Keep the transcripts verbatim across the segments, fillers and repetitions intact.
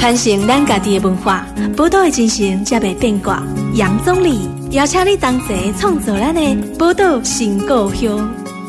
传承咱家己的文化，宝岛的精神才袂变卦。杨总理邀请你同齐创造咱的宝岛新故乡。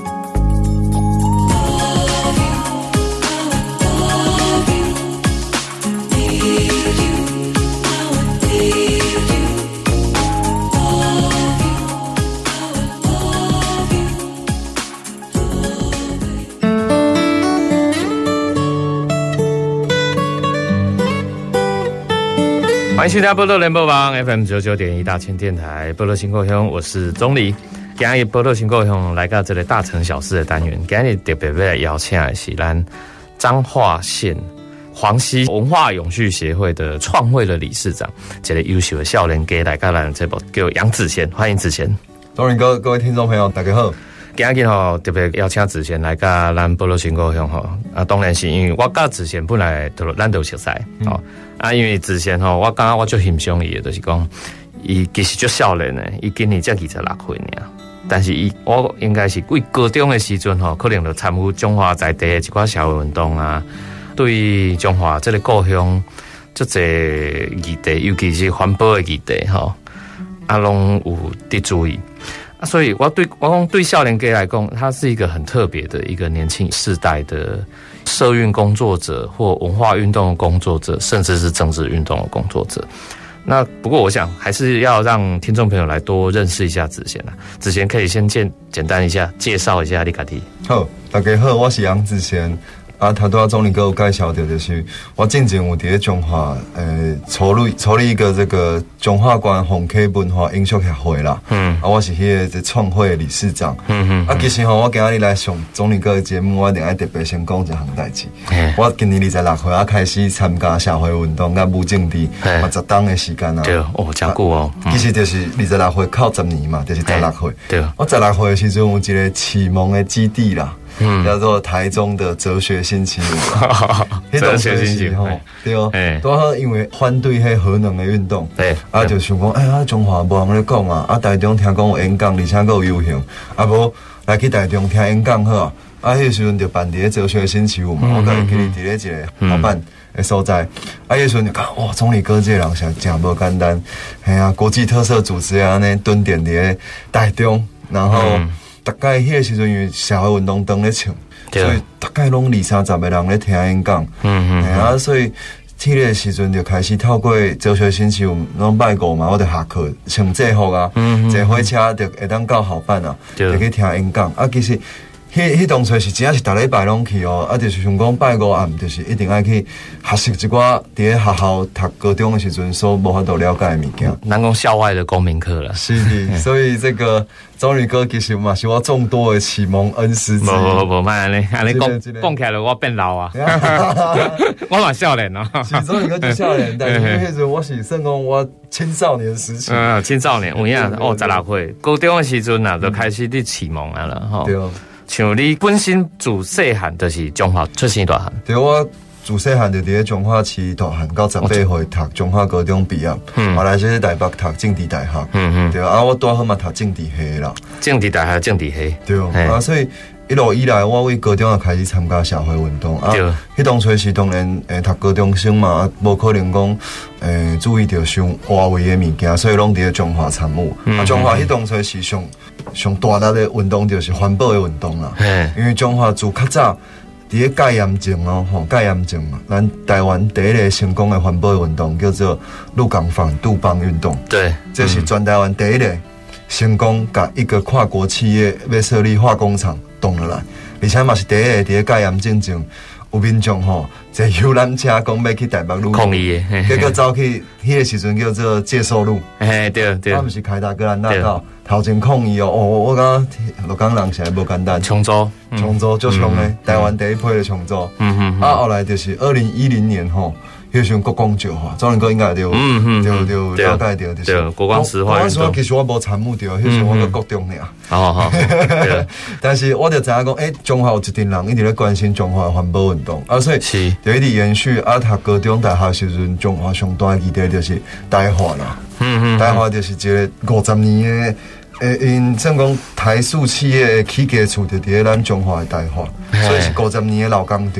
欢迎收听报道联播网 F M 九九点一大千电台报道新故乡，我是钟离。今日报道新故乡来到这个大城小事的单元，今日特别要来邀请的是咱彰化县黄溪文化永续协会的创会的理事长，一个优秀的少年家来到咱这部叫杨子贤，欢迎子贤。 钟离哥，各位听众朋友，大家好。 今日吼特别邀请子贤来到咱报道新故乡吼，啊，当然是因为我甲子贤本来都咱都熟悉哦。啊，因为之前吼，我感觉我最欣赏伊的，就是讲，伊其实足少年的，伊今年才二十六岁尔，但是伊我应该是贵高中的时阵吼，可能就参与中华在地的一寡社会运动啊，对中华这个故乡足侪议题，尤其是环保的议题吼，啊，拢有伫注意。啊，所以我对我讲对少年家来讲，他是一个很特别的一个年轻世代的社运工作者或文化运动的工作者，甚至是政治运动的工作者。那不过我想还是要让听众朋友来多认识一下子贤啦。子贤可以先简简单一下介绍一下你自己。 好，大家好，我是杨子贤。啊，头拄仔总理哥有介绍到，就是我进前有伫咧中华，呃，筹立筹立一个这个中华关红 K 文化影响协会啦。嗯，啊，我是迄个创会的理事长。嗯嗯。啊，其实吼，我今日来上总理哥的节目，我一定爱特别先讲一项代志。我今年二十六岁啊，开始参加社会运动，甲无政治嘛十档的时间啊。 对，哦，真久哦。 嗯、其实就是二十六岁靠十年嘛，就是十六岁。对。我十六岁的时阵有一个启蒙的基地啦。嗯，叫做台中的哲学星期五， 哲学星期五， 对哦，都好因为反对迄核能的运动，对，啊就想讲，哎呀，中华无人咧讲啊，啊台中听讲有演讲，而且佫有游行，啊无来去台中听演讲好啊，啊迄时阵就办伫咧哲学星期五嘛，我甲伊去伫咧一个老板的所在，啊迄时阵就讲，哇，总理哥这个人实真无简单，哎呀，国际特色组织安尼蹲点伫咧台中，然后。大概迄个时阵，因为社会运动当咧唱，所以大概拢二三十个人咧听演讲。嗯嗯，啊，所以迄个时阵就开始透过哲学星期五，拢拜五嘛，我就下课穿制服啊，坐火车就会当到校办啊，就去听演讲。啊，其实迄迄当初是真正是逐礼拜拢去哦，啊，就是想讲拜五暗，就是一定爱去学习一寡伫咧学校读高中的时阵所无法度了解的物件。 咱讲校外的公民课了。 是的，所以这个。钟理哥其实嘛是我众多的启蒙恩师之一。 无无无，莫安尼，安尼讲讲起来我变老啊！我嘛少年啊。 是钟理哥就少年，但是迄阵我是算讲我青少年时期。 嗯，青少年有影哦，十六岁，高中的时阵啊，就开始伫启蒙啊了吼。对。像你本身自细汉就是中华出生大汉。 对我。自细汉就伫咧中华市大汉，到十八岁读中华高中毕业，后来是台北读政治大学，嗯嗯，对啊，我大好嘛读政治系啦， 政治大学政治系， 对啊，所以一路以来，我为高中就开始参加社会运动啊。迄当初是当然，诶，读高中生嘛，无可能讲，诶，注意到上外围的物件，所以拢伫咧中华参与。啊，中华迄当初是上上大力的运动，就是环保的运动啦，因为中华自较早。伫咧戒严症哦，吼戒严症嘛，咱台湾第一个成功的环保运动叫做鹿港反杜邦运动。对，这是全台湾第一个成功甲一个跨国企业要设立化工厂动落来，而且嘛是第一个伫咧戒严症前有民众吼坐游览车讲要去台北路抗议的， 结果走去迄个时阵叫做介寿路。 嘿，对对， 他们是开大格兰大道。头前抗议哦，哦，我感觉鹿港人实在无简单。 冲州， 冲州足冲诶，台湾第一批的冲州。嗯嗯。啊，后来就是二零一零年吼，迄时阵国光石化，钟理哥应该有，嗯嗯，就就了解到，就是对国光石化。 国光石化其实我无参与到，迄时我搁国中尔。好好。但是我就知影讲，诶，中华有一群人一直咧关心中华环保运动，啊，所以就一直延续。啊，读高中大学时阵，中华上大议题就是台化啦。嗯嗯。台化就是一个五十年诶。诶，因像讲台塑企业的起家处就伫咧咱中华的台化，所以是五十年的老工厂。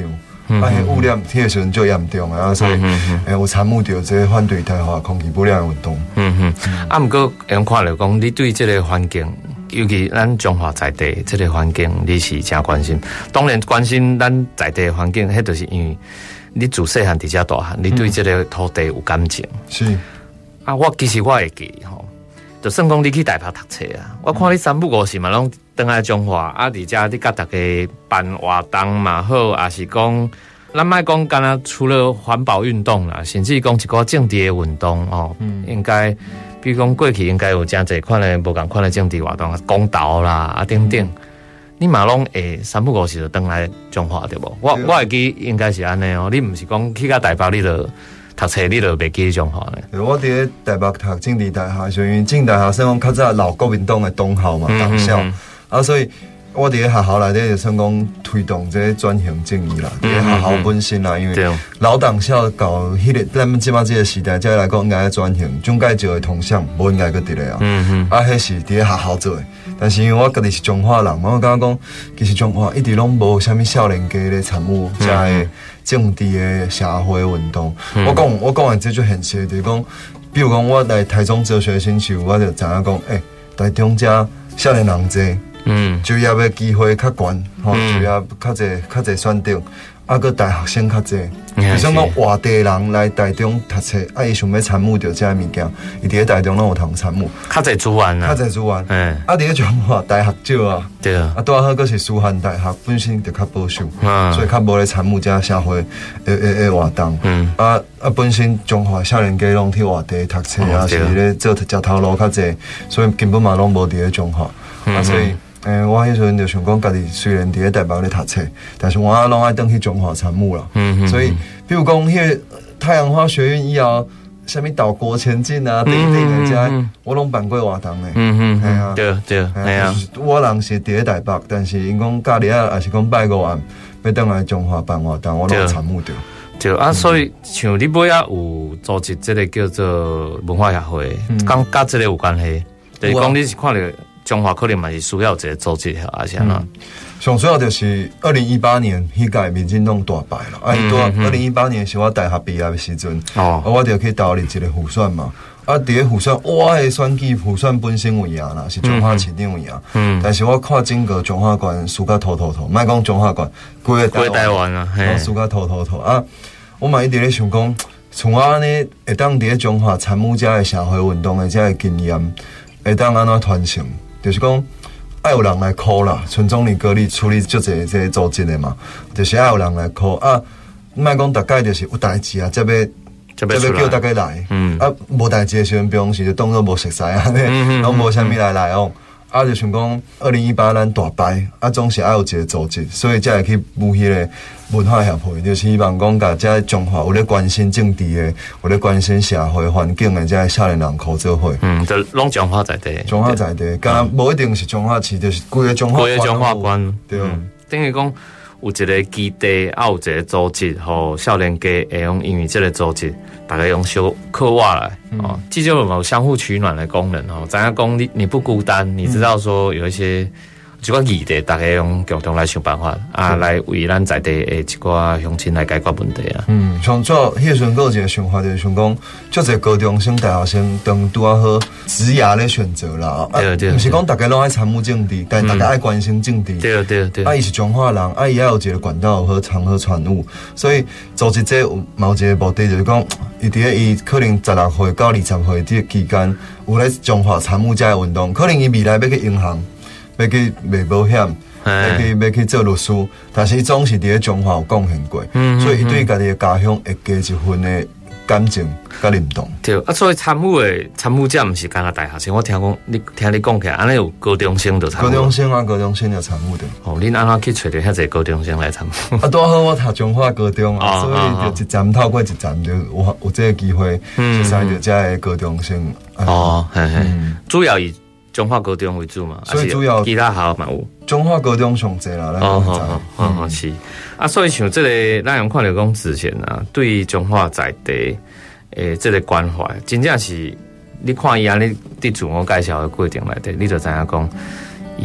啊，迄污染迄个时阵最严重啊，所以诶有参与到这反对台华空气污染运动。 嗯哼，啊，毋过用看来讲，你对这个环境，尤其咱中华在地这个环境，你是真关心。当然关心咱在地环境，迄就是因为你自细汉伫遮大汉，你对这个土地有感情。 是啊，我其实我会记吼，就算讲你去台北读册啊，我看你三不五时嘛，拢倒来中华啊，伫遮你甲大家办活动嘛好，也是讲。咱莫讲，干那除了环保运动啦，甚至讲一个政治的运动哦，嗯、应该，比如讲过去应该有真侪款的无共款的政治活动啊，公投啦啊等等，嗯、你嘛拢会三不五时就倒来中华对无？我我会记应该是安尼哦，你毋是讲去到台北你就读册，你就袂记中华呢？ 我伫台北读政治大学，所以政治大学算讲较早老国民党的党校嘛，党校、嗯嗯、啊，所以。我伫个学校内底就算讲推动这个转型正义啦，伫个学校本身啦，因为老党校搞迄个咱即马即个时代，再来讲应该转型，蒋介石的铜像无应该搁伫咧啊。嗯嗯。啊，迄是伫个学校做诶，但是因为我家己是中华人，我感觉讲其实中华一直拢无啥物少年家咧参与遮个政治诶社会运动。嗯、我讲我讲诶，这就现实，就是讲，比如讲我来台中哲学星球，我就知影讲，诶、欸，台中遮少年人侪。嗯，就业的机会较悬，吼、嗯，就业较侪较侪选择，啊，个大学生较侪，就像讲外地人来台中读册，啊，伊想要参与着这物件，伊伫个台中拢有通参与， 较侪资源啊， 较侪资源，嗯，啊，伫个中华大学少啊，对啊，啊，拄好个是师范大学本身就较保守，嗯，所以较无咧参与这社会诶诶诶活动，嗯，啊啊，本身中华少年家拢去外地读册啊，是咧做食头路较侪，所以根本嘛拢无伫个中华，啊，所以。诶、欸，我迄时阵就想讲，家己虽然伫咧台北咧读册，但是我拢爱登去中华参与啦。嗯嗯。所以，比如讲，迄个太阳花学院以后，啥物岛国前进啊，等等个遮，我拢办过活动诶。嗯嗯。系啊。对对。系啊。我人是伫咧台北，但是因讲假日啊，还是讲拜五晚要登来中华办活动，我拢参与着。 对啊，所以像你尾仔有组织这个叫做文化协会，讲甲这个有关系，就是讲你是看着。中华可能嘛是需要一个组织啊，是安怎？ 上主要就是二零一八年迄届民进党大败了，啊，伊多二零一八年是我大学毕业的时阵，哦，啊，我就去投入一个复选嘛，啊，伫个复选，我的选举复选本身有赢啦，是中华市长有赢，嗯，但是我看整个中华县输甲头头头，莫讲中华县，规个台湾啊， 输甲头头头啊，我嘛一直咧想讲，像我安尼会当伫个中华参与遮个社会运动的遮个经验，会当安怎传承？就是讲，爱有人来 call 啦，村总理哥你处理足侪这组织的嘛，就是爱有人来 call 啊，莫讲大概就是有代志啊，才要才要叫大家来，嗯，啊，无代志的时阵，比方是就当作无熟悉啊，拢无啥物来来往。啊，就想讲二零一八咱大败，啊，总是爱有一个组织，所以才会去布迄个文化协会，就是希望讲甲遮中华有咧关心政治的，有咧关心社会环境的遮少年人口做伙。 嗯，就拢中华在地， 中华在地，敢若无一定是中华市，就是规个中华， 规个中华关， 对。 等于讲有一个基地，啊，有一个组织，互少年家会用因为这个组织。大家用小刻画来哦，这就有相互取暖的功能哦。咱样讲你你不孤单，你知道说有一些一个议题，大家用共同来想办法啊，来为咱在地的一寡乡亲来解决问题啊。 嗯，像主要迄阵有一个想法就是想讲，足侪高中生、大学生当拄啊好职业咧选择啦。对对，不是讲大家拢爱参与政治，但大家爱关心政治。 对对对。 啊，伊是中华人，啊，伊也有一个管道好长好传播，所以组织这有某一个目的就是讲。伊伫咧，伊可能十六岁到二十岁这个期间，有咧中华参与这个运动。可能伊未来要去银行，要去卖保险，要去要去做律师，但是伊总是伫咧中华有贡献过，嗯、所以伊对家己的家乡会加一份的感情甲认同。 对啊，所以参与的参与者毋是干那大学生，我听讲你听你讲起来，安尼有高中生就参与。 高中生啊，高中生就参与的。 哦，恁安怎去找到遐侪高中生来参与？ 啊，多好，我读中华高中啊，所以就一站透过一站，就有有这个机会去识到这个高中生。 哦，嘿嘿，主要以中华高中为主嘛， 所以主要其他学校嘛有。 中华高中上济啦，咱哦哦哦哦是啊，所以像这个咱用看到讲之前啊，对中华在地。诶，这个关怀真正是你看伊安尼伫自我介绍的过程内底，你就知影讲，伊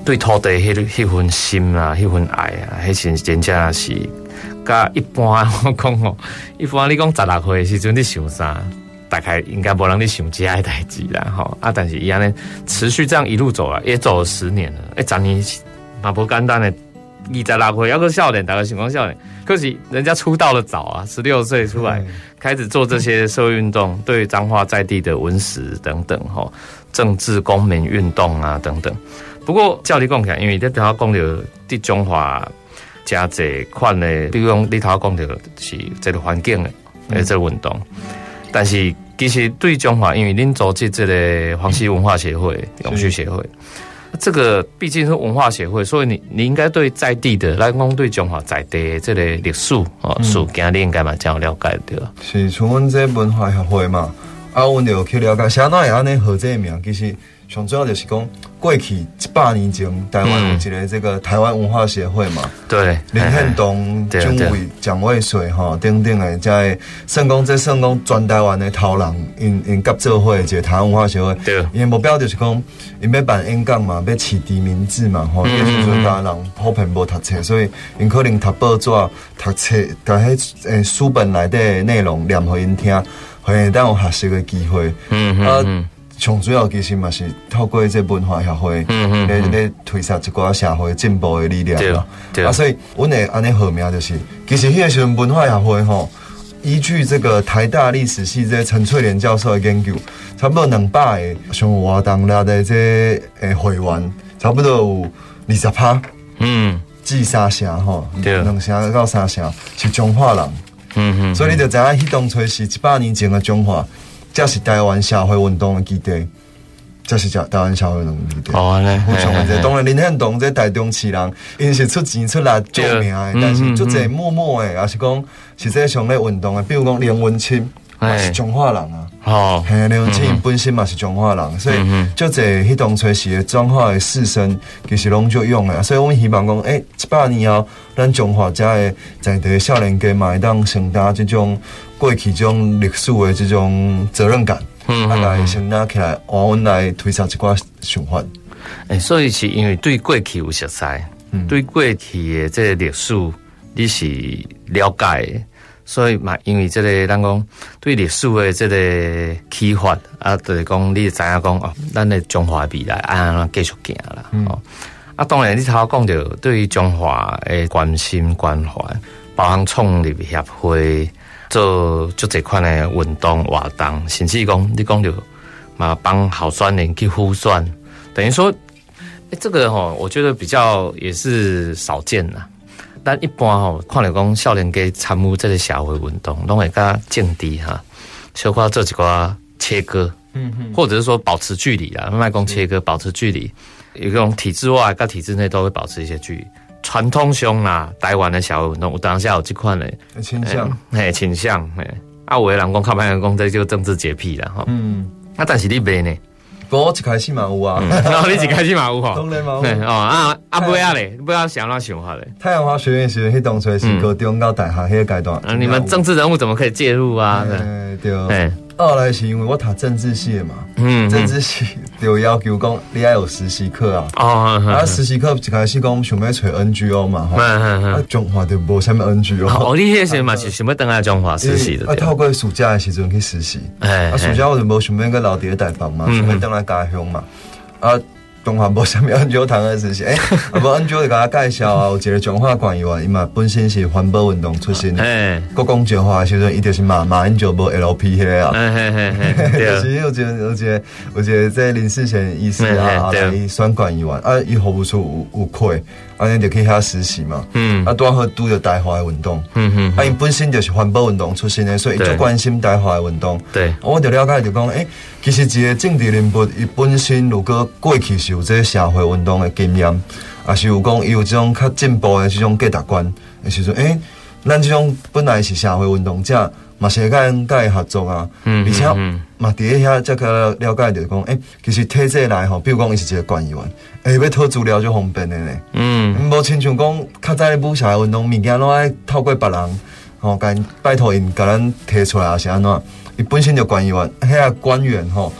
对土地迄迄份心啊，迄份爱啊，迄是真正是，甲一般我讲吼，一般你讲十六岁的时阵你想啥，大概应该无人你想这些代志啦吼。啊，但是伊安尼持续这样一路走来，也走了十年了，哎、欸，十年嘛不简单的，二十六岁要个少年，大概想讲少年，可是人家出道的早啊，十六岁出来、嗯、开始做这些社会运动，对彰化在地的文史等等吼，政治公民运动啊等等。不过照你讲起来，因为你头讲到伫中华真侪款的，比如讲你头讲到是这个环境的，诶、嗯，这个运动。但是其实对中华，因为恁组织这个黄溪文化协会、永续协会，这个毕竟是文化协会，所以你你应该对在地的，来讲对中华在地的这个历史哦事件，你应该嘛真有了解对吧？ 是，像阮这文化协会嘛，啊，阮就去了解，啥哪会安尼号这个名？其实。上主要就是讲，过去一百年前，台湾有一个这个台湾文化协会嘛， 对， 林献堂、蒋渭、蒋渭水吼等等的，在算讲这算讲全台湾的头人，因因合作会一个台湾文化协会， 对， 因目标就是讲，因要办演讲嘛，要启迪民智嘛，吼，因为时阵大人普遍无读册，所以因可能读报纸、读册，甲迄诶书本内底内容念互因听，互因当有学习的机会，嗯嗯嗯。上主要其实嘛是透过这文化协会，嗯嗯，来来推出一寡社会进步的力量嘛。对啊，所以阮会安尼号名就是，其实迄个时阵文化协会吼，依据这个台大历史系这陈翠莲教授的研究，差不多两百个上活动啦的这诶会员，差不多有二十趴，嗯，至三成吼，两成到三成是中华人，嗯嗯，所以你就知影迄当初是一百年前的中华。这是台湾社会运动的基地，这是台湾社会运动的基地。哦，呢，非常的当然林献堂这台中市人，因是出钱出力著名的，但是足侪默默的，也是讲实际上咧运动的，比如讲梁文清，嘛是彰化人啊。哦，嘿，梁文清本身嘛是彰化人，所以足侪迄当初时的彰化的士绅，其实拢足勇的。所以我们希望讲，诶、欸，一百年后，咱彰化遮的在地少年家嘛会当承担这种。过去这种历史的这种责任感，嗯，啊来承担起来，我们来推出一寡想法。 诶、欸，所以是因为对过去有熟悉，嗯、对过去的这个历史你是了解的，所以嘛，因为这个咱讲对历史的这个启发啊，就是讲你知影讲哦，咱的中华未来安安继续行啦。嗯、哦，啊，当然你头讲到对于中华的关心关怀，包含创立协会。做做这款的运动活动，甚至讲你讲就嘛帮好酸人去呼算，等于说，欸、这个吼，我觉得比较也是少见啦。但一般吼，看来讲少年家参与这个社会运动，拢会甲降低哈，小可做一寡切割，嗯哼，或者是说保持距离啦，卖讲切割，保持距离，有种体制外跟体制内都会保持一些距离。传统上啦，台湾的社会运动有当下有这款的倾向， 嘿倾向，嘿啊，有的人讲看别人讲这就政治洁癖啦，吼，嗯，啊，但是你袂呢？ 我一开始嘛有啊， 然后你一开始嘛有吼， 当然嘛有哦啊啊尾仔咧，尾仔想哪想法咧？ 太阳花学院时，迄当初是高中到大学迄个阶段， 啊，你们政治人物怎么可以介入啊？ 对。后来是因为我读政治系的嘛，嗯，政治系就要求讲你要有实习课啊，哦，啊，实习课一开始讲想要找 N G O 嘛，吼，啊，中华就无啥物 N G O。 哦，你迄时嘛是想要等下中华实习的， 啊，透过暑假的时阵去实习，哎，啊，暑假我就无想要个留伫咧台北嘛，想要等来家乡嘛，啊。中华无啥物 N G O 谈的事情，诶、欸，啊无 N G O 就甲我介绍啊，有一个中华管议员，伊嘛本身是环保运动出身，诶，国讲石化的时阵，伊就是马马英九无 L P 迄个啊，嘿嘿嘿嘿，就是有一个有一个有一个这林世贤医师啊，啊来选管议员，啊，伊服务处有有亏，啊，你就去遐实习嘛，嗯，啊，拄好拄着台华的运动，嗯嗯，啊，伊本身就是环保运动出身的，所以伊足关心台华的运动，对，我就了解就讲，诶、欸，其实一个政治人物，伊本身如果过去是有这社会运动的经验，也是有讲伊有这种较进步的这种价值观的时阵，诶、欸，咱这种本来是社会运动者，嘛是会甲因甲伊合作啊，嗯、而且嘛伫咧遐才个了解着讲，诶、欸，其实体制内吼，比如讲伊是一个管议员，诶、欸，要讨资料就方便的咧，嗯，无亲像讲较早咧舞社会运动物件拢爱透过别人，吼，甲因拜托因甲咱摕出来，还是安怎？伊本身就管议员，遐官员吼。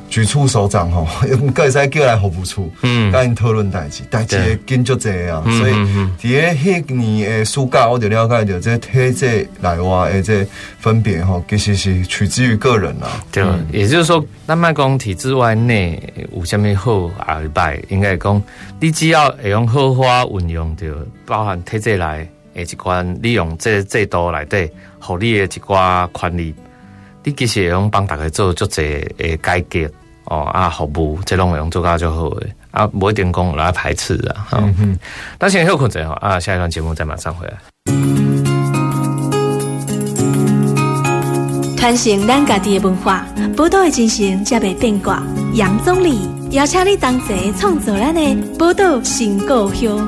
局处首长吼，个会使叫来服务处，嗯，甲因讨论代志，代志会紧足济啊，所以伫咧迄年诶暑假，我就了解到这体制内外诶这分别吼，其实是取之于个人啦。 对，嗯、也就是说，咱莫讲体制外内有啥物好啊歹，应该讲你只要会用好法运用着，包含体制内诶一款利用这制度内底，互你诶一寡权利。你其实会用帮大家做足侪诶改革哦啊，服务这拢会用做甲就好诶啊，不一定讲来排斥啊。嗯哼，那先休困者哈啊，下一段节目再马上回来。 传承咱家己诶文化，宝岛诶精神才袂变卦。杨总理邀请你同齐创造咱诶宝岛新故乡。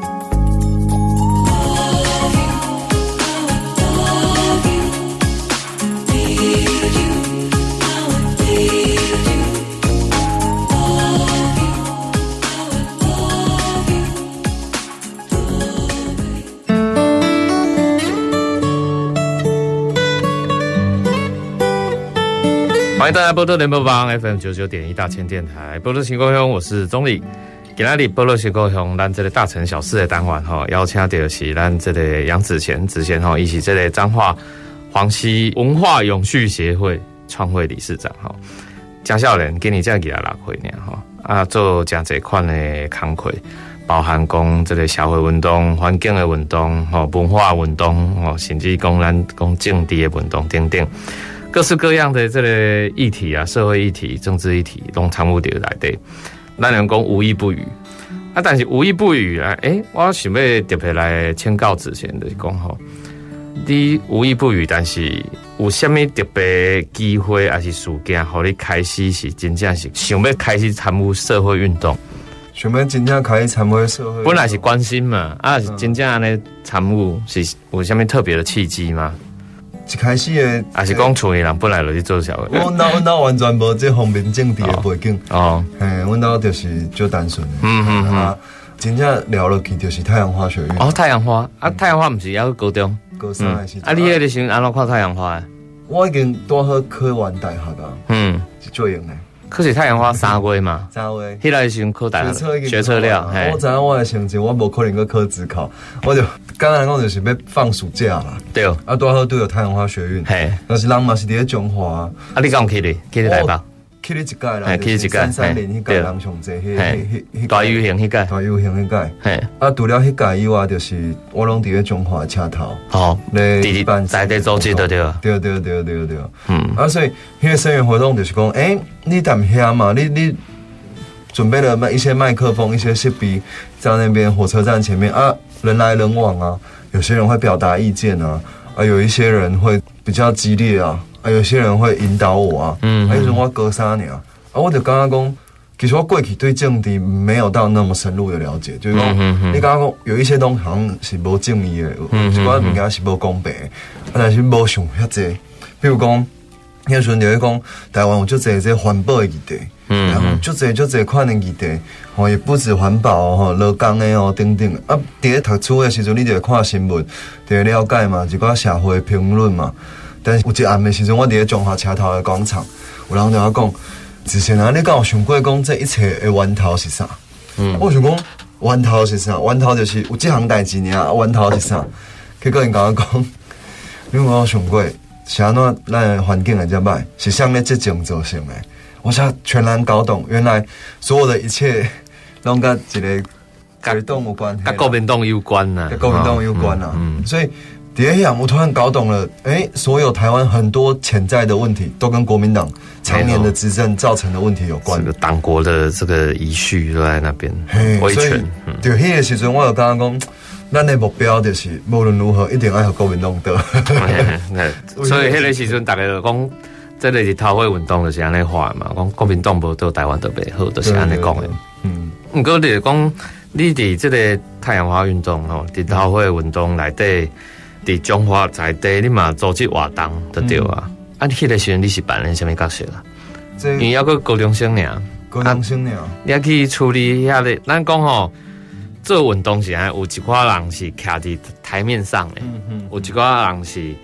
欢迎大家波多联播网 F M 九九点一大千电台，波多新故乡，我是钟理。今天波多新故乡，咱这个大城小事的单元哈，邀请到是咱这个杨子贤子贤哈，以及这个彰化黄溪文化永续协会创会理事长哈，江少年今年才二十六岁呢哈，啊做真侪款的工作，包含讲这个社会运动、环境的运动、吼文化运动、吼甚至讲咱讲政治的运动等等。各式各样的这个议题啊，社会议题、政治议题，拢参与到内底。咱人讲无意不语啊，但是无意不语啊，诶、欸，我想要特别来请教之前就是讲吼，你无意不语，但是有啥物特别机会还是事件，互你开始是真正是想要开始参与社会运动？ 想要真正开始参与社会， 本来是关心嘛，啊，是真正安尼参与是有啥物特别的契机吗？ 一开始的， 还是讲厝里人本来就去做社会。 我阮兜阮兜完全无这方面政治的背景。 哦， 嘿，阮兜就是就单纯的。 嗯嗯嗯。 啊，真正聊落去就是太阳花学院。 哦，太阳花啊，太阳花不是也有高中？ 高三的时阵。 啊，你迄个时阵安怎看太阳花的？ 我已经拄好考完大学啊。嗯。是做用的。 可是太阳花三月嘛， 三月， 迄个时阵考大学学测了， 我知影我的成绩，我无可能去考指考，我就简单讲就是要放暑假啦。 对， 啊，拄好拄有太阳花学院，嘿，但是人嘛是伫咧中华， 啊，你敢有去哩？去哩台北？ 去哩一届啦，去哩一届，三三年迄届人上济，迄迄迄大游行迄届， 大游行迄届，嘿，啊，除了迄届以外，就是我拢伫咧中华车头， 哦，咧第二班在地组织对对， 对对对对对，嗯，啊，所以迄个声援活动就是讲，诶，你踮遐嘛，你你准备了一些麦克风、一些设备，在那边火车站前面啊，人来人往啊，有些人会表达意见啊，啊，有一些人会比较激烈啊。啊，有些人会引导我啊，嗯，还是我高三年啊，啊，我就刚刚讲，其实我过去对政治没有到那么深入的了解，就是讲，嗯嗯、你刚刚讲有一些东西好像是无正义的，有一寡物件是无公平的，啊，但是无想遐济，比如讲，迄阵就咧讲，台湾有足济这环保的议题，嗯，然后足济足济款的议题，吼，也不止环保吼，劳工的哦等等，啊，伫咧读书的时阵，你就会看新闻，就会了解嘛，一寡社会评论嘛。但是有一暗的时阵，我伫咧中华车头的广场，有人就我讲，之前啊，你敢有想过讲这一切的源头是啥？嗯，我想讲源头是啥？源头就是有这项代志尔，源头是啥？结果因甲我讲，你有冇想过，是安怎咱的环境会遮歹？是向咧这种造成的？我才全然搞懂，原来所有的一切拢甲一个跟动有关系， 跟国民党有关呐， 跟国民党有关呐，嗯，所以。第一项，我突然搞懂了，哎、欸，所有台湾很多潜在的问题，都跟国民党常年的执政造成的问题有关。 这个党国的这个遗绪都在那边维权。 就迄个时阵，我有刚刚讲，咱的目标就是无论如何一定要和国民党得。 所以迄个时阵，大家就讲，这个是头尾运动就是安尼话嘛，讲国民党无对台湾特别好，就是安尼讲的。嗯，不过就是讲，你伫这个太阳花运动吼，伫头尾运动内底。伫中华在地，你嘛组织活动就对啊。嗯、啊，你迄个时阵你是扮演什么角色啊？因为还个高中生尔， 高中生尔， 你要去处理遐个。咱讲吼，做运动时啊，有一寡人是徛伫台面上的，嗯嗯、有一寡人是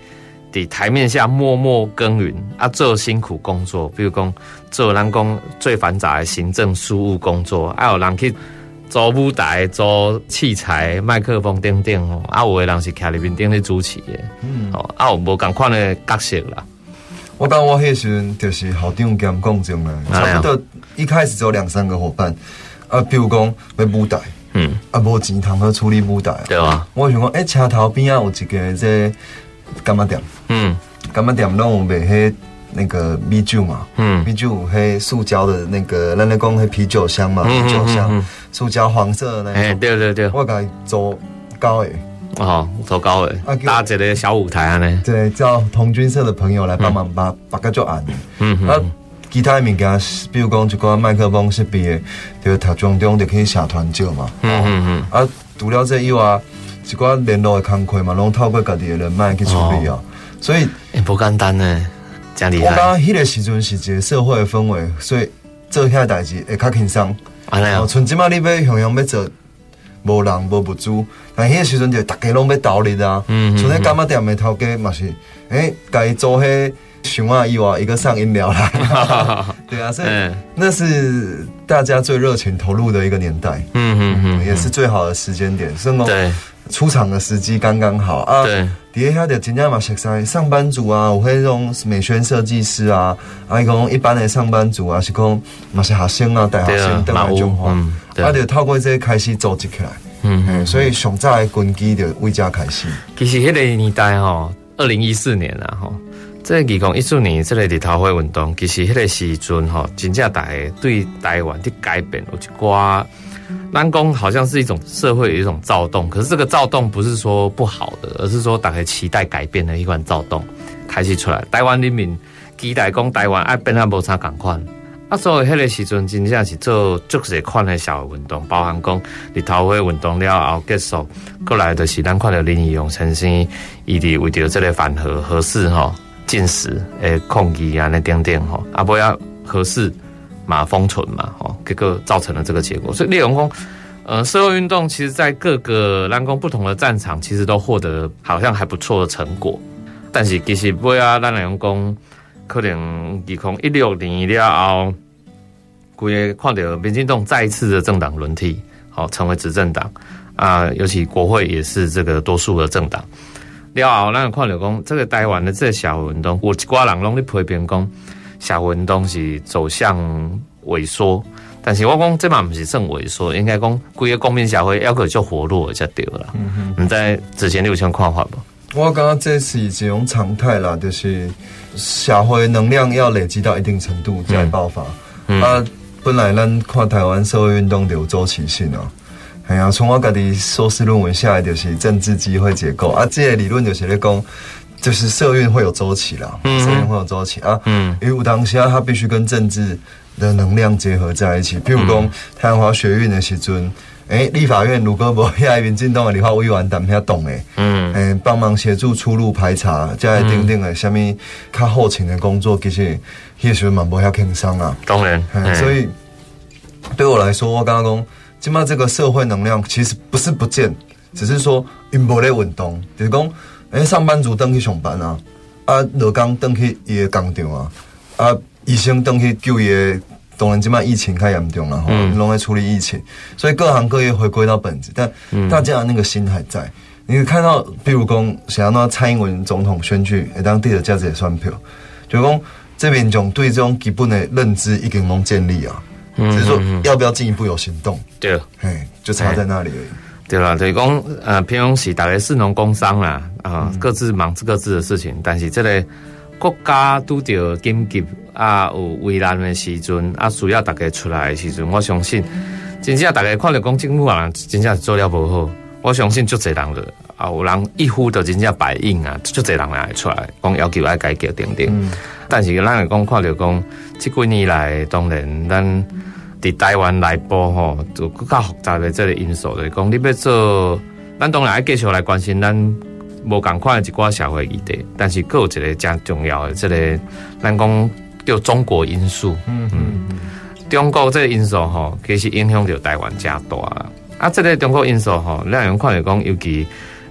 在台面下默默耕耘啊，做辛苦工作，比如讲做咱讲最繁杂的行政事务工作，啊有人去租舞台、租器材、麦克风等等哦，啊有的人是徛伫面顶咧主持的，嗯，哦，啊有无共款的角色啦。 我当我迄时阵就是校长兼讲钟啦，差不多一开始只有两三个伙伴，啊，比如讲要舞台。嗯，啊，无钱通好处理舞台， 对啊。 我想讲，诶、欸，车头边啊有一个这柑仔店，嗯，柑仔店拢有卖迄那个米酒嘛，嗯，米酒有迄塑胶的那个，咱咧讲迄啤酒箱嘛，啤酒箱，嗯嗯嗯、塑胶黄色的那种， 哎、欸，对对对， 我甲伊做高诶， 哦，做高诶，啊，搭一个小舞台安尼， 对，叫童军社的朋友来帮忙把把个做暗，嗯嗯。啊其他的物件，比如讲一个麦克风设备的，就读中中就可以写团照嘛。嗯嗯嗯。啊，除了这以外，一寡联络的工课嘛，拢透过家己的人脉去处理啊。哦、所以， 欸、不简单呢，真厉害。 我感觉迄个时阵是一个社会的氛围，所以做遐代志会较轻松。 安尼啊。 像即摆你要向向要做，无人无物资，但迄个时阵就大家拢要倒立啊。嗯嗯。像那柑仔店的头家嘛是，诶，家己做迄。熊啊！以外一个上饮料来，对啊，所以那是大家最热情投入的一个年代，嗯嗯嗯，也是最好的时间点，所以讲出场的时机刚刚好啊。对，底下的真正嘛，熟悉上班族啊，有迄种美宣设计师啊，啊，讲一般的上班族啊，是讲嘛是学生啊，大学生等来种话，啊，就透过这开始组织起来，嗯嗯，所以上早的根基就为这开始。 其实迄个年代吼，二零一四年啊，吼。这二零一四年这个立陶宛运动，其实迄个时阵吼，真正大家对台湾的改变有一寡，咱讲好像是一种社会有一种躁动，可是这个躁动不是说不好的，而是说大家期待改变的一款躁动开始出来。台湾人民期待讲台湾爱变啊无啥共款，啊，所以迄个时阵真正是做足侪款的社会运动，包含讲立陶宛运动了后结束，过来就是咱看到林义勇先生，伊伫为着这个反核核四吼。禁食诶，抗议啊，那等等吼，啊不要合适嘛封存嘛，吼，结果造成了这个结果。所以列荣公，呃，社会运动其实在各个咱讲不同的战场，其实都获得好像还不错的成果。但是其实尾啊，咱来讲，可能二零一六年了后，规个看到民进党再一次的政党轮替，好成为执政党啊，尤其国会也是这个多数的政党。了后，咱看到讲，这个台湾的这个社会运动，有一寡人拢咧批评讲，社会运动是走向萎缩。但是我讲，这嘛不是算萎缩，应该讲，规个公民社会要个就活络才对了。嗯哼，你在之前你有像看法不？ 我感觉这是一种常态啦，就是社会能量要累积到一定程度才会爆发。嗯、啊，本来咱看台湾社会运动就有周期性啊。哎呀，从我家己硕士论文下来就是政治机会结构啊，这个理论就是咧讲，就是社运会有周期啦，嗯、社运会有周期啊，嗯，因为有当时啊，它必须跟政治的能量结合在一起。譬如讲，太阳花学运的时阵，哎、欸，立法院如果无遐民进党的立法委员担遐动诶，嗯，诶、欸，帮忙协助出入排查，加等等的什么较后勤的工作，其实迄时阵嘛无遐轻松啊。 当然， 欸、所以对我来说，我刚刚讲。今嘛这个社会能量其实不是不见，只是说因无咧运动，就是讲，诶、欸，上班族登去上班啊，啊，落工登去伊个工厂啊，啊，医生登去救伊个，当然今嘛疫情太严重了哈，拢在处理疫情，所以各行各业回归到本质，但大家的那个心还在。你可以看到，比如讲，想要蔡英文总统选举，会当地的价值也算票，就是讲这边种对这种基本的认知已经拢建立啊。只是说要不要进一步有行动， 对， 嘿，就差在那里而已。 对啦，就是讲呃，平常时大家是农工商啦，啊、呃，各自忙各自的事情，但是这个国家拄到紧急啊有危难的时阵啊，需要大家出来的时阵，我相信真正大家看到讲政府人真正做了不好，我相信足侪人了啊，有人一呼就真正白应啊，足侪人来出来讲要求爱改革等等。嗯、但是咱来讲看到讲，这几年来当然咱。伫台湾内部吼，就更加复杂的这个因素，就是讲你要做，咱当然要继续来关心咱无共款的一寡社会议题，但是佫有一个真重要的这个，咱讲叫中国因素。嗯嗯，中国这个因素吼，其实影响到台湾真大啦。啊，这个中国因素吼，咱用看来讲，尤其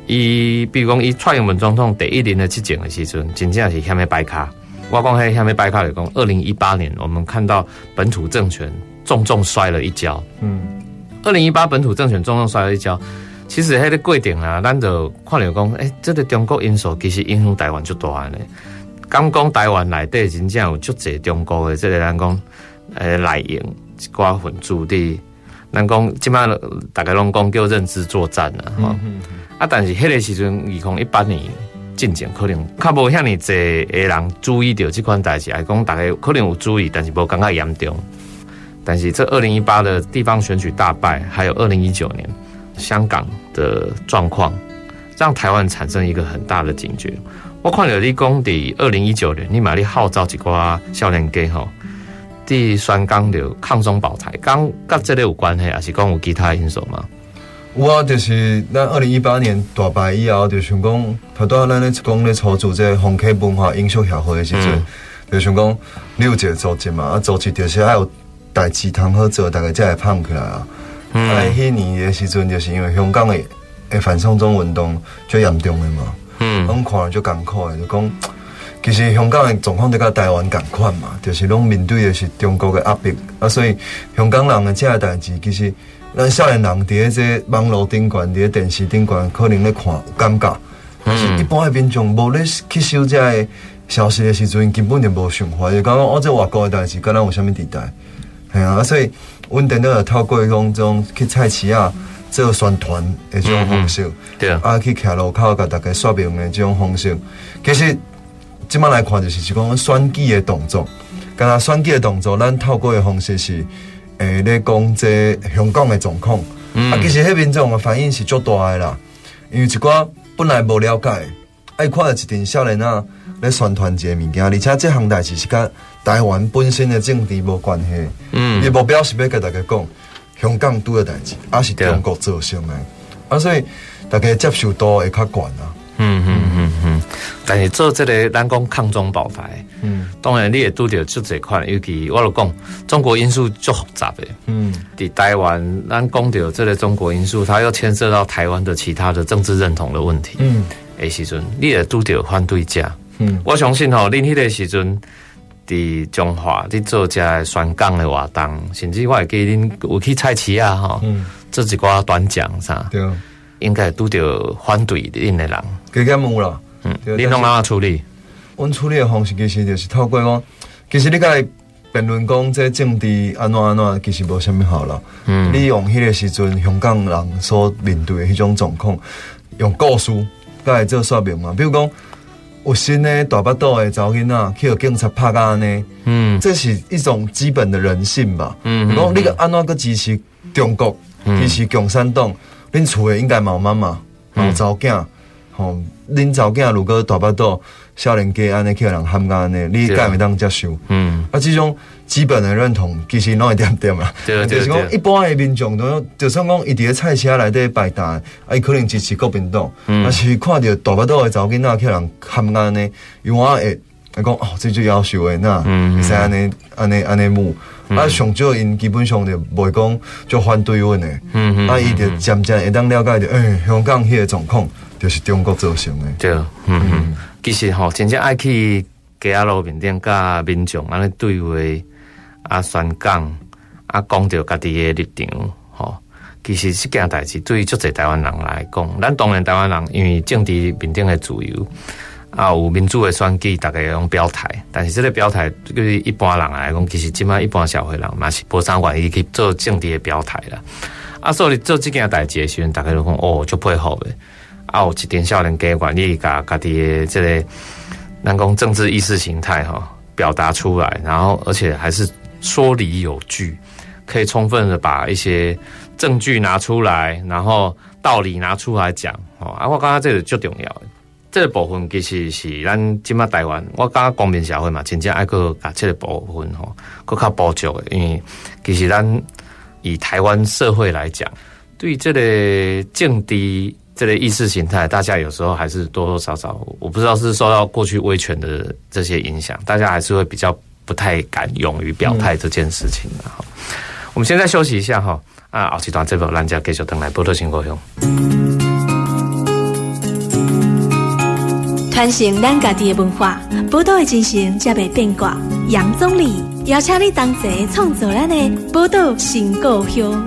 伊比如讲，伊蔡英文总统第一任的执政的时阵，真正是险的摆卡。我讲迄险的摆卡来讲，二零一八年我们看到本土政权重重摔了一跤。嗯，二零一八本土政权重重摔了一跤。其实迄个过程啊，咱就看到讲，诶、欸，这个中国因素其实影响台湾足大呢。刚讲台湾内底真正有足侪中国的，这个咱讲诶内应一寡分子伫，咱讲即摆大家拢讲叫认知作战啊，吼、嗯嗯嗯。啊，但是迄个时阵，二零一八年进前可能较无遐尼侪个人注意到这款代志，来讲大家可能有注意，但是无感觉严重。但是这二零一八的地方选举大败，还有二零一九年香港的状况，让台湾产生一个很大的警觉。我看到你讲伫二零一九年，你嘛咧号召一寡少年家吼，伫宣讲着抗中保台，讲甲这个有关系，还是讲有其他因素吗？ 有啊，就是咱二零一八年大败以后，就想讲，头拄咱咧讲咧筹组这红 K 文化艺术协会的时阵，嗯、就想讲你有一个组织嘛，啊组织就是还有代志通好做，大家才会捧起来啊。嗯、啊，迄年的时阵，就是因为香港的的反送中运动最严重的嘛，嗯，拢看就艰苦的，就讲其实香港的状况就甲台湾共款嘛，就是拢面对的是中国的压迫啊，所以香港人的这个代志其实。咱少年人伫这网络顶悬，伫电视顶悬，可能咧看有感觉，但是一般的民众无咧吸收这个消息的时阵，根本就无想法，就讲讲哦，这外国的代志，跟咱有啥物地带？系啊，所以阮电脑透过讲种去菜市啊做宣传的这种方式，对啊，啊去徛路口甲大家说明的这种方式，其实即摆来看就是是讲选举的动作，敢若选举的动作，咱透过的方式是。诶，咧讲这香港的状况，嗯、啊，其实迄民众的反应是足大的啦。因为一寡本来无了解，爱看到一群少年啊咧宣传一个物件，而且这项代志是甲台湾本身的政治无关系。嗯，伊目标是要甲大家讲香港拄的代志，啊是中国造成的，啊，所以大家接受度会较悬啊。嗯嗯嗯嗯， 但是做这个咱讲抗中保台，嗯，当然你也拄到足侪款，尤其我就讲中国因素足复杂的，嗯，伫台湾咱讲到这个中国因素，它又牵涉到台湾的其他的政治认同的问题，嗯，诶时阵你也拄到反对者，嗯，我相信吼，恁迄个时阵伫中华伫做这宣讲的活动，甚至我会记恁有去菜市啊吼，嗯，做一寡短讲啥，对。应该拄到反对恁的人， 加减有啦。 嗯，你拢安怎处理？ 阮处理的方式其实就是透过讲，其实你甲伊辩论讲这政治安怎安怎，其实无啥物好啦。嗯，你用迄个时阵香港人所面对的迄种状况，用故事甲伊做说明嘛。比如讲，有新的大巴肚的查某囡仔去互警察拍甲安尼，嗯，这是一种基本的人性吧。嗯，讲你个安怎个支持中国，支持共产党？恁厝诶应该嘛有妈妈，嘛有查某囝，吼、嗯，恁查某囝如果大巴肚少年家安尼去互人喊甲安尼，你敢会当接受？嗯，啊，这种基本的认同其实拢会点点啦。对就是讲一般诶民众都，就算讲伊伫咧菜市内底摆摊，啊，伊可能支持国民党，嗯、但是看到大巴肚诶查某囡仔去互人喊甲安尼，伊我会会讲哦，这就要求诶，那会使安尼安尼安尼母。啊，上少因基本上就袂讲就反对阮诶，嗯啊，伊就渐渐会当了解着，诶、欸，香港迄个状况就是中国造成诶。 对，嗯嗯，其实吼，真正爱去街仔路面顶甲民众安尼对话，啊，宣讲，啊，讲着家己诶立场，吼，其实这件代志对于足侪台湾人来讲，咱当然台湾人因为政治面顶诶自由。啊，有民主的选举，大家用表态，但是这个表态对一般人来讲，其实即摆一般社会人嘛是无啥愿意去做政治的表态啦。啊，所以做这件代志的时候，大家都讲哦，就配合的。啊，有一点少年家愿意甲家己的这个，咱讲政治意识形态哈表达出来，然后而且还是说理有据，可以充分的把一些证据拿出来，然后道理拿出来讲。哦，啊，我感觉这个最重要的。这个部分其实是咱即马台湾，我感觉公民社会嘛，真正爱去把这个部分吼，搁较补足的。因为其实咱以台湾社会来讲，对这个政治这个意识形态，大家有时候还是多多少少，我不知道是受到过去威权的这些影响，大家还是会比较不太敢勇于表态这件事情的哈。嗯、我们现在休息一下哈，啊，后一段这部咱再继续回来报道新故乡。 传承咱家己的文化，宝岛的精神才袂变卦。杨总理邀请你同齐创造咱的宝岛新故乡。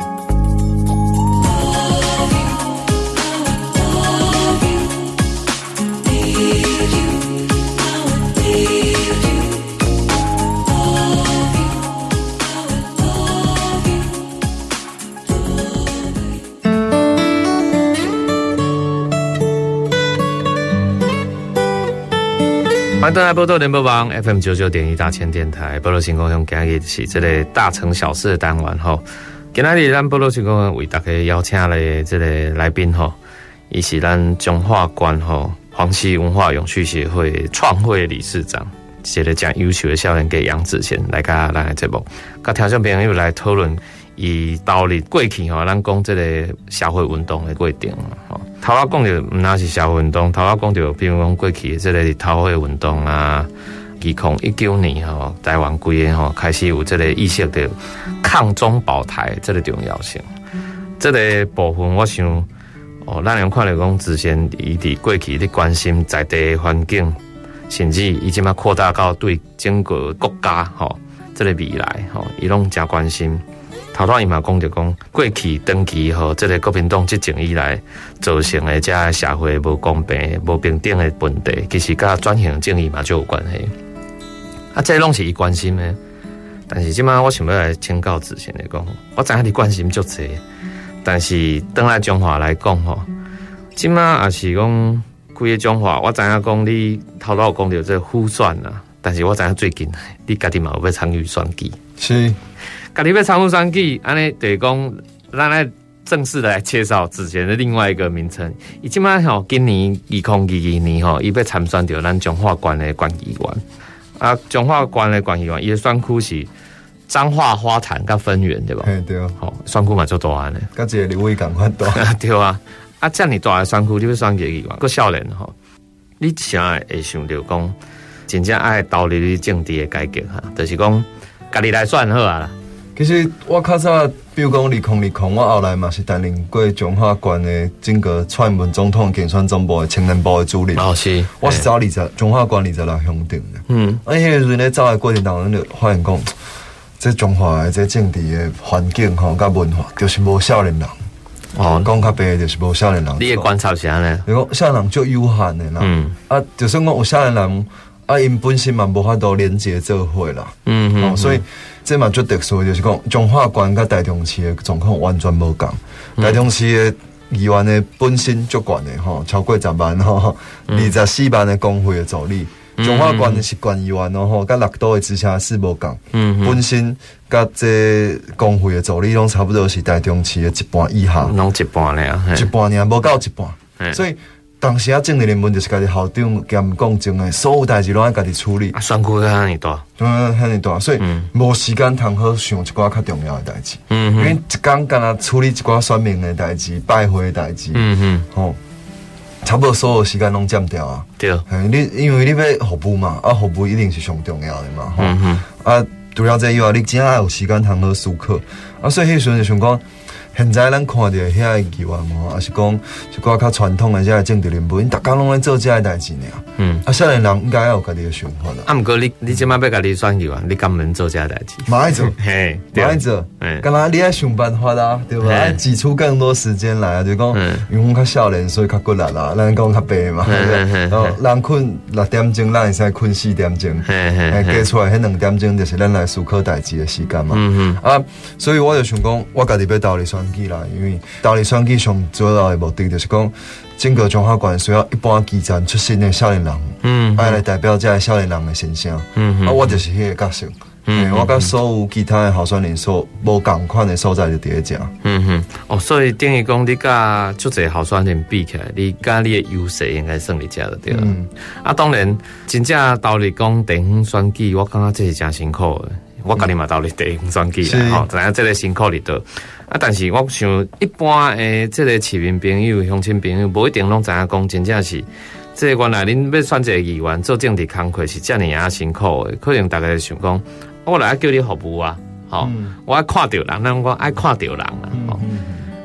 欢迎登来宝岛联播网 F M 九九点一大千电台，宝岛新故乡今日是这个大城小事的单元吼。今日咱宝岛新故乡为大家邀请来这个来宾吼，伊是咱中华关吼黄溪文化永续协会创会理事长，一个真优秀的少年家杨子贤来甲咱的节目，甲听众朋友来讨论伊投入过去吼，咱讲这个社会运动的过程吼。头仔讲着，毋单是社会运动，头仔讲着，比如讲过去的这个头会运动啊，二零一九年吼，台湾规个吼开始有这个意识着抗中保台这个重要性。这个部分，我想哦，咱用看来讲，之前伊伫过去咧关心在地环境，甚至伊即马扩大到对整个国家吼，这个未来吼，伊拢真关心。头头伊嘛讲着讲，过去长期吼，这个国民党执政以来造成的这个社会无公平、无平等的问题，其实甲转型正义嘛就有关系。啊，这拢是伊关心的。但是即马我想要来请教子贤来讲，我知影你关心足济，但是转来中华来讲吼，即马也是讲规个中华，我知影讲你头头有讲着这个复选啦，但是我知影最近你家己嘛有要参与选举， 是。 家己要参与选举，安尼就是讲，咱来正式的来介绍子贤的另外一个名称。伊即摆吼，今年二零二二年吼，伊要参选到咱彰化县的县议员。啊，彰化县的县议员，伊的选区是彰化花坛甲分园，对吧？ 嘿，对。 吼，选区嘛足大安尼， 甲一个立委共款大。 对啊，啊，遮尔大的选区，你要选一个议员，个少年吼，你啥会想到讲，真正爱投入去政治的改革哈？就是讲，家己来选好啊啦。 其实我较早，比如讲二零二零，我后来嘛是担任过彰化县的整个蔡英文总统竞选总部的青年部的主任。 哦，是， 我是走二十彰化县二十六乡镇的。嗯，啊，迄个时阵咧走的过程当中，就发现讲，这彰化的这政治的环境吼，甲文化，就是无少年人。哦，讲较白就是无少年人。 你的观察是安尼？ 就讲少年人足有限的啦。嗯。啊，就算讲有少年人，啊，因本身嘛无法度连接做伙啦。嗯嗯。哦，所以。这嘛最特殊的就是讲，彰化县甲台中市的状况完全无共。嗯、台中市的议员的本身足悬的吼，超过十万吼，二十四万的工会的助理。彰化县的是县议员吼，甲六都的直辖市无共。嗯、本身甲这工会的助理拢差不多是台中市的一半以下。 拢一半尔， 一半尔，无到一半。所以。当时啊，政治人物就是家己校长兼讲政的，所有代志拢爱家己处理。 啊，选区遐尼大， 嗯，遐尼大，所以无、嗯、时间通好想一寡较重要的代志。嗯，因为一工干那处理一寡选民的代志、拜会的代志。嗯嗯，吼，差不多所有时间拢占掉啊。对，你因为你要服务嘛，啊，服务一定是上重要的嘛。嗯哼，啊，除了这以外，你真爱有时间通好思考。啊，所以迄时阵就想讲。现在咱看到遐个议员吼，也是讲一寡较传统的遮个政治人物，因逐工拢咧做遮个代志尔。嗯，啊，少年人应该有家己的想法啦。 啊，毋过你你即摆要家己选议员，你敢免做遮个代志？ 嘛爱做， 嘿， 嘛爱做。嗯，干那你爱想办法啦，对吧？爱挤出更多时间来啊，就讲，因为我们较少年，所以较骨力啦。咱讲较白嘛，然后人困六点钟，咱会使困四点钟，哎，加出来迄两点钟就是咱来思考代志的时间嘛。嗯嗯。啊，所以我就想讲，我家己要投入选举啦，因为投入选举上主要的目的就是讲，整个彰化县需要一般基层出身的少年人，嗯，爱来代表这些少年人的声声，嗯，啊，我就是迄个角色。嗯，我甲所有其他的候选人所无共款的所在就伫咧遮。嗯哼， 哦，所以等于讲你甲足侪候选人比起来，你甲你的优势应该算伫遮就对了。嗯，啊，当然，真正道理讲地方选举，我感觉这是真辛苦的。我家己嘛道理地方选举啦，吼，知影这个辛苦伫倒。啊，但是我想一般诶，这个市民朋友、乡亲朋友，无一定拢知影讲，真正是。这原来恁要选一个议员做政治工作是遮尔啊辛苦的，可能大家想讲，我来叫你服务啊，吼、嗯，我爱看到人，咱讲爱看到人啦，吼、嗯。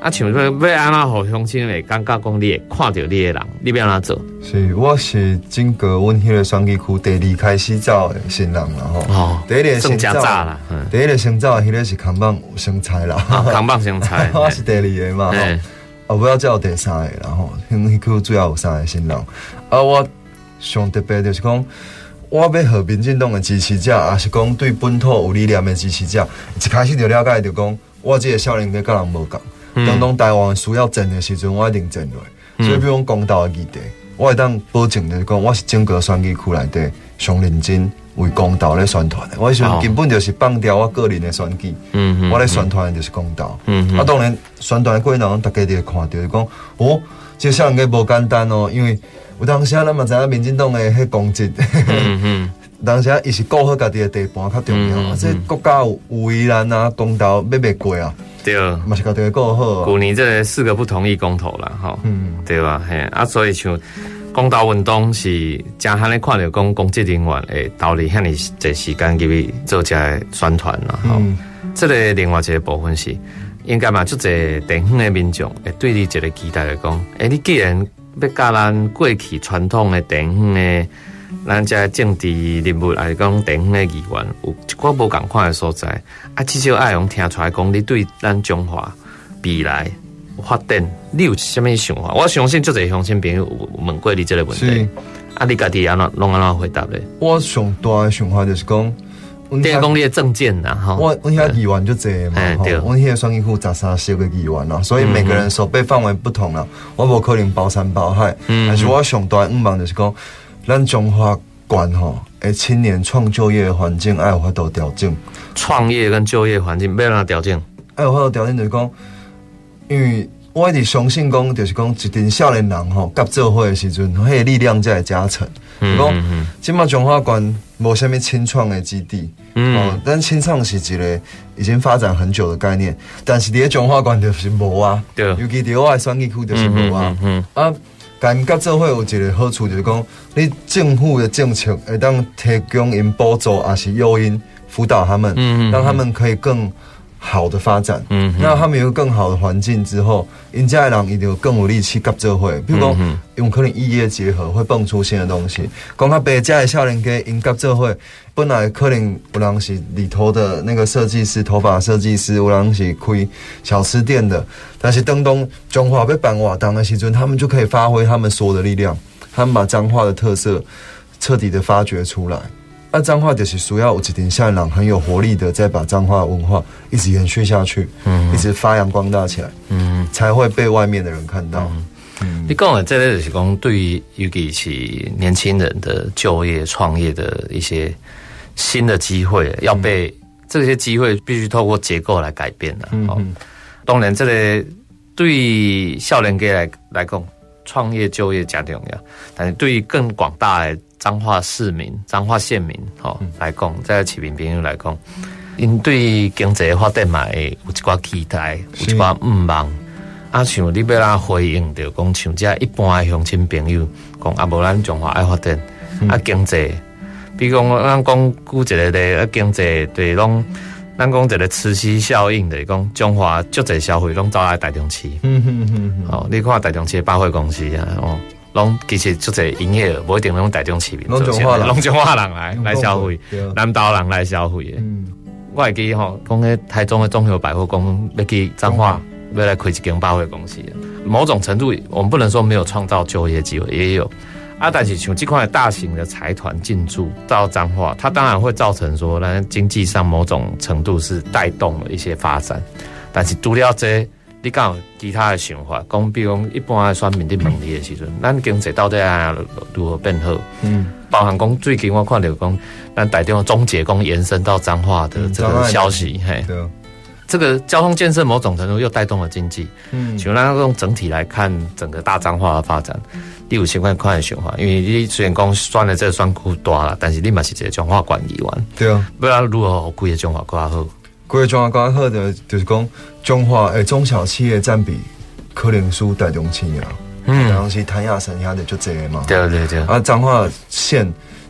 啊，像说要安怎互乡亲会感觉讲你会看到你的人，你要安怎做？ 是，我是整个阮迄个选举区第二开始走的新人啦吼。哦，第一个先走啦，嗯、第一个先走的迄个是扛棒有生菜啦， 哦、扛棒生菜， 我是第二个嘛。啊，不要叫第三个啦吼，迄区主要有三个新人。啊，我上特别就是讲。我要和民进党的支持者，也是讲对本土有理念的支持者，一开始就了解，就讲我这个少年家甲人无共，当当台湾需要争的时阵，我一定争落。所以，比如讲公道的议题，我会当保证就是讲，我是整个选举区内底上认真为公道咧宣传的。我时阵根本就是放掉我个人的选举，嗯、我咧宣传的就是公道。嗯、啊，当然宣传的过程，大家就会看到，就讲哦，这少年家无简单哦，因为。有当时啊，咱嘛知影民进党的迄攻击，嗯嗯，当时啊，伊是顾好家己的地盘较重要，啊，这国家有围栏啊，公道要袂过啊，对，嘛是家己顾好。 旧年这四个不同意公投啦，吼，嗯，对吧？嘿，啊，所以像公投运动是真罕咧看到讲公职人员会投入遐尼侪时间入去做这宣传啦，吼，这个另外一个部分是应该嘛，就这地方的民众会对你一个期待来讲，诶，你既然要甲咱过去传统的地方的，咱这政治人物来讲，地方的议员有一寡无共款的所在，啊，至少爱用听出来讲，你对咱中华未来发展，你有啥物想法？我相信足侪乡亲朋友有问过你这个问题，啊，你家己安怎拢安怎回答咧？ 我上大的想法就是讲。 第二讲你的证件呐，哈， 我我遐议员就侪嘛，吼，我遐选举区十三十个议员啦，所以每个人手背范围不同啦，我无可能包山包海，但是我上大愿望就是讲，咱中华县吼，诶，青年创就业环境爱有法度调整， 创业跟就业环境要怎调整？ 爱有法度调整就是讲，因为我一直相信讲，就是讲一群少年人吼，合做伙的时阵，迄个力量才会加成。嗯讲，即马中华县无虾米青创的基地，嗯、哦，但青创是一个已经发展很久的概念，但是伫咧中华县就是无啊，对，尤其伫我的选举区就是无啊，嗯嗯、啊，跟合作伙有一个好处就是讲，你政府的政策会当提供因补助，还是诱因辅导他们，嗯、让他们可以更好的发展，嗯，那他们有更好的环境之后，因家的人一定有更有力气合作伙，比如讲，用可能异业结合会蹦出新的东西。讲较白家的少年家因合作伙，本来可能有人是里头的那个设计师、头发设计师，有人是开小吃店的，但是当当中华要办活动的时阵，他们就可以发挥他们所有的力量，他们把彰化的特色彻底的发掘出来。那彰化就是需要有一群少年人很有活力的，再把彰化文化一直延续下去，嗯，一直发扬光大起来，嗯，才会被外面的人看到。嗯嗯、你讲的这类就是讲，对于尤其是年轻人的就业、创业的一些新的机会，要被、嗯、这些机会必须透过结构来改变的。嗯、哦，当然，这个对少年家来来讲，创业就业加重要，但是对于更广大的彰化市民、彰化县民，吼、哦、来讲，在市民朋友来讲，因对经济发展嘛会有一寡期待，有一寡愿望。啊，像你要哪回应着讲，像这一般的乡亲朋友讲，啊，无咱中华爱发展，嗯、啊，经济，比如讲咱讲举一个例，啊，经济对拢，咱讲一个磁吸效应的，讲中华足侪消费拢走来台中市。嗯嗯嗯。哦，你看台中市的百货公司啊，哦。拢其实足侪营业额，无一定拢台中市民， 拢中华人， 拢中华人来来消费，南投人来消费的。嗯、我会记吼，讲迄台中的综合百货公要去彰化，要来开一间百货公司。某种程度，我们不能说没有创造就业机会，也有啊。但是像这块大型的财团进驻到彰化，它当然会造成说，咱经济上某种程度是带动了一些发展。但是除了这，你敢有其他的想法？讲比如讲一般的选民伫问你的时阵，咱经济到底要如何变好？嗯，包含讲最近我看到讲，咱台中中捷公延伸到彰化的这个消息，嗯、嘿，对，这个交通建设某种程度又带动了经济。嗯，像咱用整体来看整个大彰化的发展，你有相关款的想法？因为你虽然讲选的这个选区大啦，但是你嘛是一个彰化县议员，对啊，不然如何规个彰化更好？ 规个彰化更好的就是讲。中华诶，中小企业占比可能输台中市啊，嗯，然后是谭亚生遐的就这个嘛， 对对对。 啊，彰化县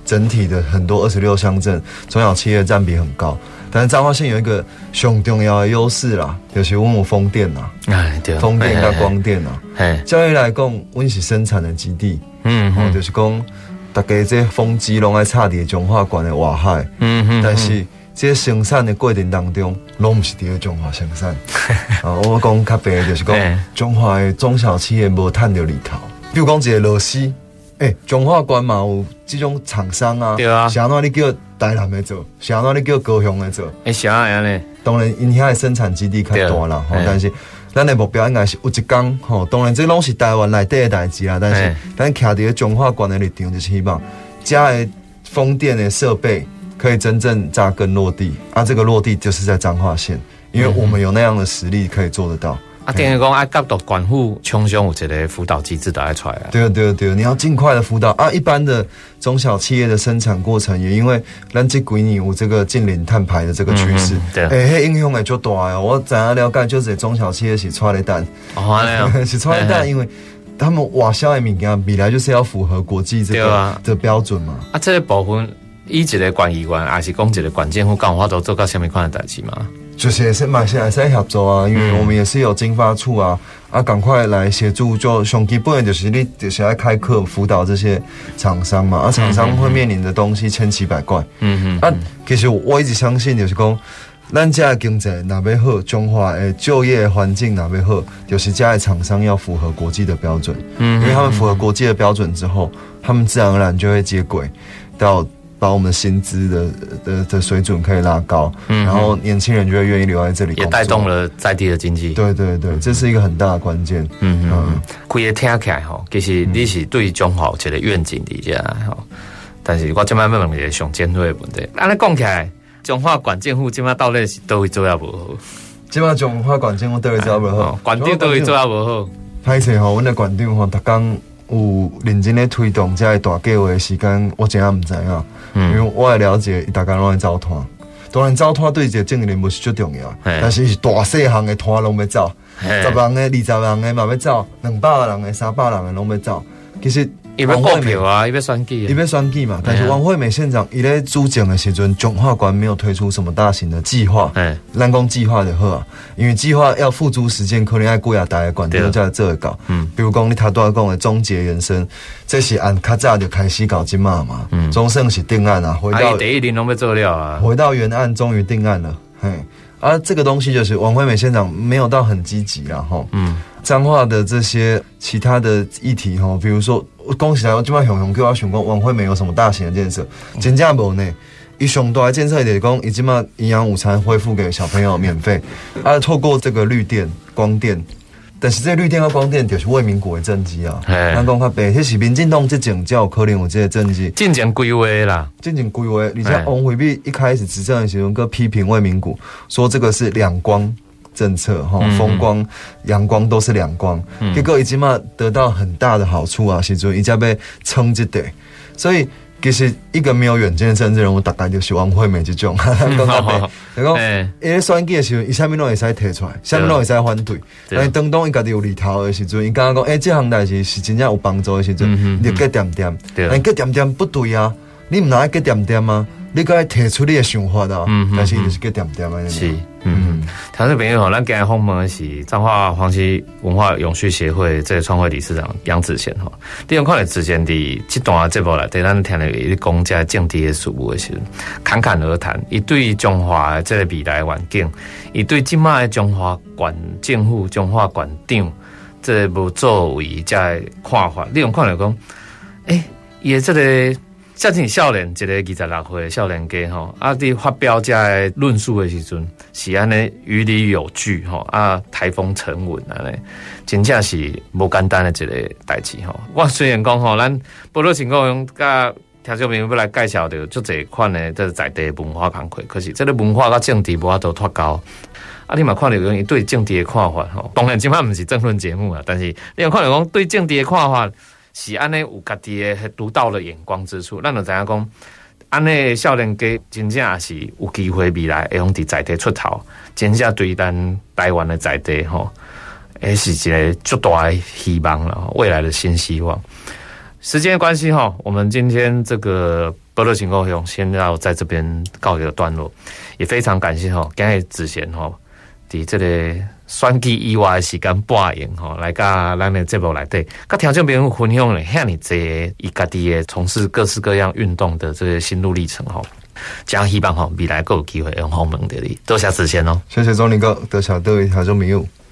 整体的很多二十六乡镇中小企业占比很高。但是彰化县有一个很重要的优势啦，就是我们有风电啦， 哎对， 风电跟光电啦。 嘿， 照理来讲，我们是生产的基地，嗯，哦，就是讲大家这风机拢爱插伫彰化县的外海，嗯嗯，但是这生产的过程当中，拢不是伫彰化生产。啊，我讲较白就是讲，彰化的中小企业无趁到里头，比如讲一个螺丝。诶、欸，彰化县嘛有这种厂商啊， 对啊， 是安怎你叫台南的做，是安怎你叫高雄的做？ 诶、欸，是安样呢？ 当然，因遐的生产基地较大啦，吼，但是咱的目标应该是有一天，吼，当然这拢是台湾内底的代志啦，但是咱徛伫彰化县的立场，就是希望家的风电的设备可以真正扎根落地，啊，这个落地就是在彰化县，因为我们有那样的实力可以做得到。 啊，等于讲爱角度管护，冲上有一个辅导机制都爱出来啊。 对对对，你要尽快的辅导啊！一般的中小企业的生产过程，也因为咱这几年有这个近零碳排的这个趋势，嗯、对，哎、欸，影响也就大呀。我怎样了解，就是中小企业是出来蛋，哦，是出来蛋，因为他们外销的物件，本来就是要符合国际这个、啊、的标准嘛。 啊，这个部分，以一个管议员，还是讲一个管政府，有法度做到什么款的代志嘛？ 就是也是马来西亚在合作啊，因为我们也是有经发处啊，啊，赶快来协助，就上基本就是你就是要开课辅导这些厂商嘛，啊，厂商会面临的东西千奇百怪，嗯嗯，啊，其实我一直相信就是讲，咱家的经济哪边好，中华的就业环境哪边好，就是家的厂商要符合国际的标准，嗯，因为他们符合国际的标准之后，他们自然而然就会接轨到。把我们薪资的的的水准可以拉高，嗯，然后年轻人就会愿意留在这里工作， 也带动了在地的经济。 对对对，这是一个很大的关键。嗯嗯， 开个听起来吼，其实你是对中华有一个愿景的遮吼，但是我今摆要问一个上尖锐的问题。安尼讲起来，中华县政府今摆到底是倒位做也无好？ 今摆中华县政府倒位做也无好？ 县长倒位做也无好？ 歹势吼，阮的县长吼，逐工有认真咧推动这个大计划的时间，我真正唔知影。嗯、因为我也了解，大家拢在走团，当然走团对一个政治人物是最重要，但是是大细项的团拢要走，十人的、二十人的嘛要走，两百人的、三百人的拢要走。其实伊要购票啊，伊要选举， 伊要选举嘛。但是王惠美县长伊咧主政的时阵，彰化县没有推出什么大型的计划，咱讲计划就好啊，因为计划要付诸实践，可能要几啊代的县长才做会到。嗯，比如讲你头拄仔讲的终结延伸，这是按较早就开始搞即嘛嘛，嗯，总算是定案啊，回到、 啊、第一年拢要做了啊， 回到原案，终于定案了，嘿。啊，这个东西就是王惠美县长没有到很积极啦，吼。嗯，彰化的这些其他的议题，吼，比如说，恭喜来，我今晚熊熊叫我想讲，王惠美有什么大型的建设？真正无呢。伊上大的建设就是讲，伊今晚营养午餐恢复给小朋友免费，啊，透过这个绿电、光电。但是这绿电和光电就是魏民国的政绩啊，咱讲较白，迄是民进党这种才有可能有这个政绩。 进前规划啦， 进前规划，而且王惠美一开始执政的时候，个批评魏民国，说这个是两光政策，哈、嗯，风光、阳光都是两光。嗯、结果已经嘛得到很大的好处啊，时阵伊才被撑一代，所以。其实一个没有远见的政治人物，大概就是王惠美这种。讲较白，就讲，伊咧选举的时候，伊啥物拢会使提出来，啥物拢会使反对。但是当当伊家己有利头的时阵，伊刚刚讲，诶，这项代志是真正有帮助的时阵，你就结点点。但结点点不对啊，你唔拿结点点啊，你该提出你的想法啊。但是就是结点点啊。 是，嗯，听众朋友，咱今日访问的是彰化黄溪文化永续协会这个创会理事长杨子贤吼。你有看到之前伫这段节目内底，咱听到伊讲这政治的事务的时候，侃侃而谈，伊对中华的这个未来环境，伊对即卖的中华县政府、中华县长这无作为这看法，你有看到讲，诶、欸，伊的这个。遮尔少年，一个二十六岁的少年家吼，啊，伫发表遮个论述的时阵，是安尼于理有据吼，啊，台风沉稳安尼，真正是无简单的一个代志吼。我虽然讲吼，咱报道情况甲听众朋友要来介绍着足侪款的这在地文化工课，可是这个文化甲政治无法度脱钩。啊，你嘛看到讲伊对政治的看法吼，当然即摆毋是政论节目啊，但是你有看到讲对政治的看法。是安尼有家己的独到的眼光之处，咱就知影讲，安尼少年家真正也是有机会未来会用伫在地出头，真正对咱台湾的在地吼，也是一个足大的希望啦，未来的新希望。 时间关系哈，我们今天这个波多情况用先要在这边告一个段落，也非常感谢哈，今日子贤哈，伫这个选举以外的时间半夜哈，来甲咱的节目内底，甲听众朋友分享了遐尼济伊家己的从事各式各样运动的这些心路历程哈。将希望吼未来还有机会用访问到你，多谢子贤哦， 谢谢钟林哥，多谢各位听众朋友。